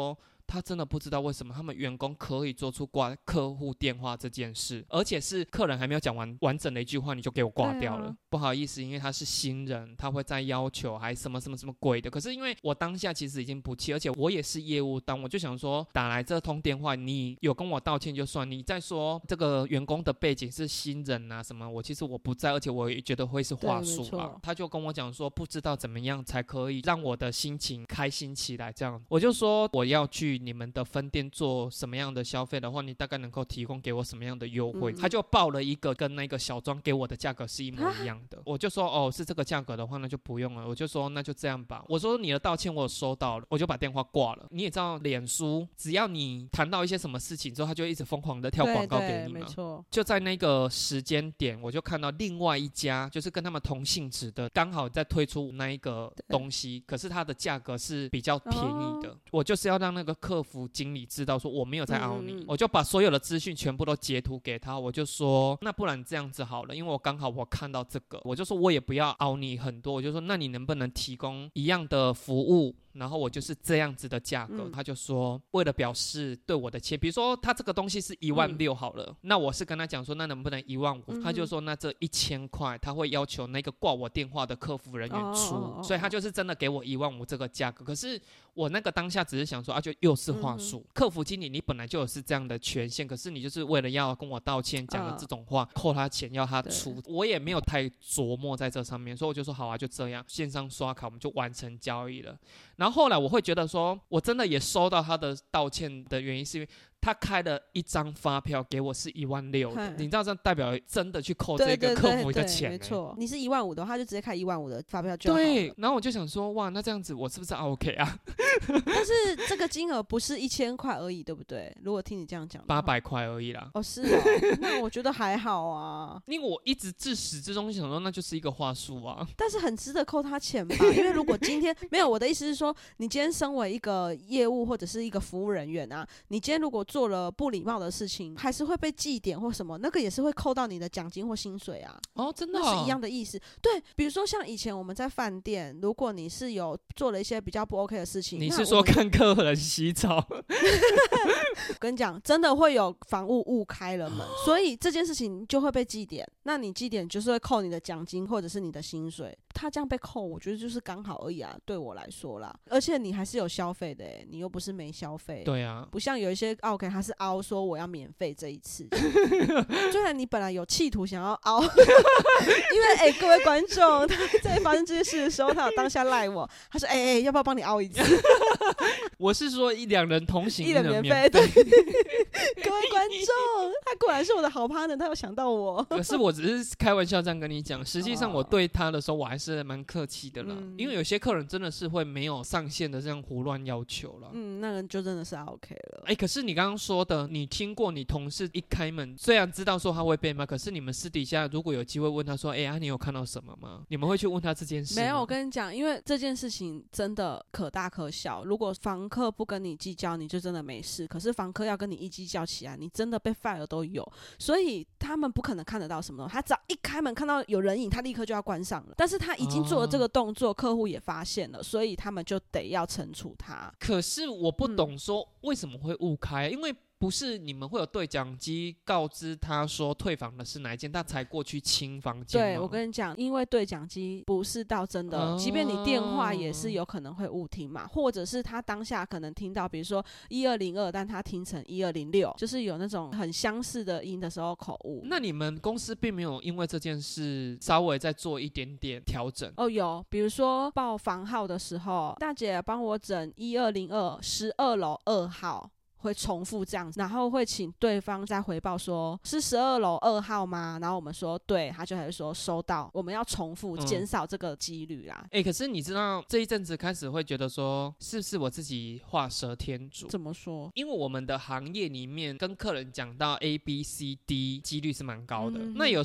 他真的不知道为什么他们员工可以做出挂客户电话这件事，而且是客人还没有讲完完整的一句话你就给我挂掉了、啊、不好意思，因为他是新人，他会再要求还什么什么什么鬼的。可是因为我当下其实已经不气，而且我也是业务单，我就想说打来这通电话你有跟我道歉就算，你再说这个员工的背景是新人啊什么，我其实我不在，而且我也觉得会是话术啊。他就跟我讲说不知道怎么样才可以让我的心情开心起来，这样我就说我要去你们的分店做什么样的消费的话，你大概能够提供给我什么样的优惠、嗯、他就报了一个跟那个小庄给我的价格是一模一样的、啊、我就说哦是这个价格的话那就不用了，我就说那就这样吧，我说你的道歉我有收到了，我就把电话挂了。你也知道脸书只要你谈到一些什么事情之后他就一直疯狂的跳广告给你嘛， 没错。 就在那个时间点我就看到另外一家就是跟他们同性质的刚好在推出那一个东西，可是它的价格是比较便宜的、哦、我就是要让那个客服经理知道说我没有在凹你、嗯、我就把所有的资讯全部都截图给他，我就说那不然这样子好了，因为我刚好我看到这个，我就说我也不要凹你很多，我就说那你能不能提供一样的服务，然后我就是这样子的价格、嗯、他就说为了表示对我的歉，比如说他这个东西是一万六好了、嗯、那我是跟他讲说那能不能一万五、嗯、他就说那这一千块他会要求那个挂我电话的客服人员出、哦、所以他就是真的给我一万五这个价格。可是我那个当下只是想说啊就又是话术、嗯、客服经理你本来就有是这样的权限，可是你就是为了要跟我道歉讲了这种话、哦、扣他钱要他出，我也没有太琢磨在这上面，所以我就说好啊就这样线上刷卡我们就完成交易了。然后后来我会觉得说我真的也收到他的道歉的原因是因为他开了一张发票给我是一万六的，你知道这代表真的去扣这个客服的钱、欸、 对对对对没错，你是一万五的话他就直接开一万五的发票就好了。 对，然后我就想说哇那这样子我是不是 OK 啊但是这个金额不是一千块而已对不对？如果听你这样讲八百块而已啦。 哦是哦那我觉得还好啊因为我一直自始至终想说那就是一个话术啊， 但是很值得扣他钱吧因为如果今天没有，我的意思是说你今天身为一个业务或者是一个服务人员啊，你今天如果做了不礼貌的事情还是会被记点或什么，那个也是会扣到你的奖金或薪水啊。 哦真的、哦、 那是一样的意思。对，比如说像以前我们在饭店，如果你是有做了一些比较不 OK 的事情， 你是说看客人洗澡我跟你讲真的会有房务误开了门所以这件事情就会被记点，那你记点就是会扣你的奖金或者是你的薪水，他这样被扣我觉得就是刚好而已啊，对我来说啦。而且你还是有消费的耶、欸、你又不是没消费。 对啊， 不像有一些 OK 他是凹说我要免费这一次虽然你本来有企图想要凹因为哎、欸、各位观众他在发生这件事的时候他有当下赖我，他说哎哎、欸欸、要不要帮你凹一次我是说一两人同行一人免费对各位观众他果然是我的好 partner， 他有想到我可是我只是开玩笑这样跟你讲，实际上我对他的时候我还是蛮客气的啦、嗯、因为有些客人真的是会没有上限的这样胡乱要求啦。 嗯那个就真的是 OK 了。 哎、欸，可是你刚刚说的你听过你同事一开门虽然知道说他会被骂，可是你们私底下如果有机会问他说哎、欸、啊你有看到什么吗？你们会去问他这件事吗？ 没有，我跟你讲因为这件事情真的可大可小，如果房客不跟你计较你就真的没事，可是房客要跟你一计较起来你真的被 fire 都有，所以他们不可能看得到什么，他只要一开门看到有人影他立刻就要关上了，但是他已经做了这个动作、哦、客户也发现了，所以他们就得要惩处他。 可是我不懂说为什么会误开、嗯、因为不是你们会有对讲机告知他说退房的是哪一间他才过去清房间吗？ 对，我跟你讲因为对讲机不是到真的、哦、即便你电话也是有可能会误听嘛，或者是他当下可能听到比如说一二零二但他听成一二零六，就是有那种很相似的音的时候口误。 那你们公司并没有因为这件事稍微再做一点点调整？ 哦有，比如说报房号的时候大姐帮我整一二零二十二楼二号会重复这样子，然后会请对方再回报说是十二楼二号吗？然后我们说对，他就还是说收到，我们要重复减少这个几率啦。 哎、嗯欸，可是你知道这一阵子开始会觉得说是不是我自己画蛇添足？ 怎么说？因为我们的行业里面跟客人讲到 A B C D 几率是蛮高的、嗯、那有时候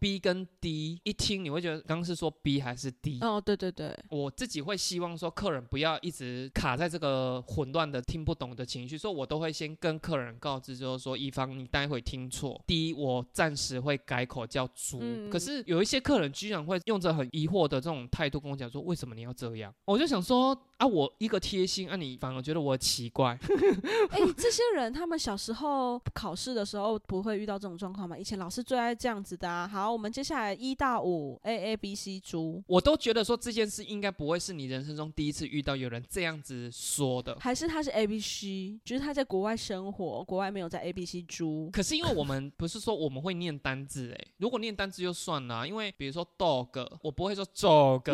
B 跟 D 一听你会觉得刚刚是说 B 还是 D？ 哦，对对对， 我自己会希望说客人不要一直卡在这个混乱的听不懂的情绪，所以我都会先跟客人告知，就是说以防你待会听错。第一，我暂时会改口叫猪、嗯、可是有一些客人居然会用着很疑惑的这种态度跟我讲说为什么你要这样，我就想说啊，我一个贴心啊，你反而觉得我奇怪。 哎、欸，这些人他们小时候考试的时候不会遇到这种状况吗？以前老师最爱这样子的啊。好，我们接下来一到五 A A B C 猪， 我都觉得说这件事应该不会是你人生中第一次遇到有人这样子说的， 还是他是 A B C， 就是他在国外生活，国外没有在 A B C 猪。 可是因为我们不是说我们会念单字哎、欸，如果念单字就算了、啊，因为比如说 dog， 我不会说 jog，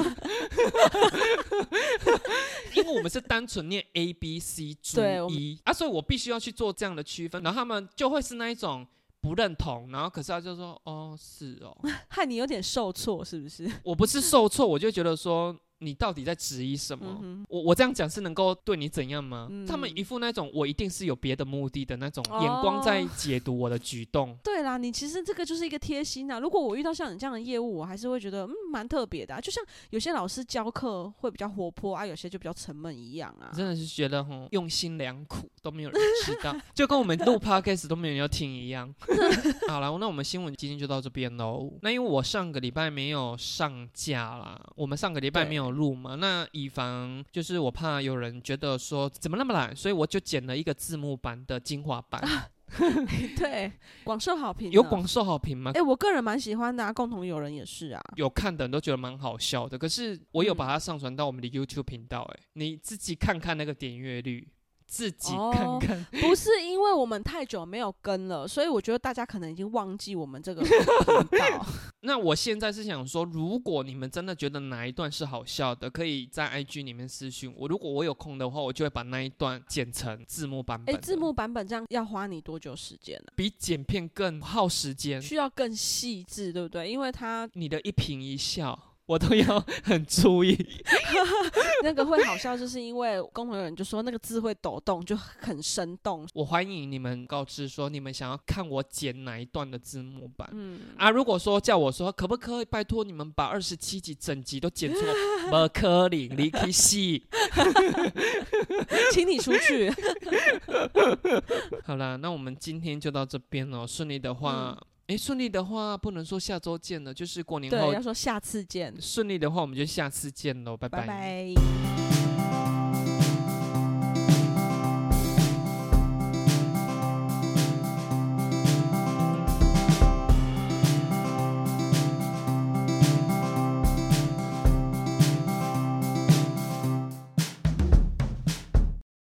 因为我们是单纯念 A B C 猪一啊，所以我必须要去做这样的区分，然后他们就会是那一种不认同，然后可是他就说哦是哦， 害你有点受挫是不是？ 我不是受挫，我就觉得说你到底在质疑什么？嗯、我我这样讲是能够对你怎样吗？嗯、他们一副那种我一定是有别的目的的那种眼光在解读我的举动。 哦、对啦，你其实这个就是一个贴心啊。如果我遇到像你这样的业务，我还是会觉得嗯蛮特别的、啊。就像有些老师教课会比较活泼啊，有些就比较沉闷一样啊。 真的是觉得吼用心良苦都没有人知道，就跟我们录 podcast 都没有人要听一样。好了，那我们新闻今天就到这边喽。那因为我上个礼拜没有上架啦，我们上个礼拜没有录嘛，那以防就是我怕有人觉得说怎么那么懒，所以我就剪了一个字幕版的精华版。 对，广受好评。 有广受好评吗？ 哎、欸，我个人蛮喜欢的啊，共同友人也是啊。 有看的人都觉得蛮好笑的，可是我有把它上传到我们的 YouTube 频道、欸，哎、嗯，你自己看看那个点阅率。自己看看、哦， 不是因为我们太久没有更了，所以我觉得大家可能已经忘记我们这个频道。 那我现在是想说，如果你们真的觉得哪一段是好笑的，可以在 I G 里面私讯我。如果我有空的话，我就会把那一段剪成字幕版本。 哎，字幕版本这样要花你多久时间呢、啊？ 比剪片更耗时间， 需要更细致，对不对？因为它你的一颦一笑。我都要很注意。 那个会好笑，就是因为共同有人就说那个字会抖动，就很生动。 我欢迎你们告知说你们想要看我剪哪一段的字幕版。嗯啊，如果说叫我说可不可以拜托你们把二十七集整集都剪出来，不可能，你可以洗， 请你出去。 好啦，那我们今天就到这边了。顺利的话。嗯哎，顺利的话不能说下周见了，就是过年后。 对，要说下次见。 顺利的话，我们就下次见喽，拜拜。 拜拜。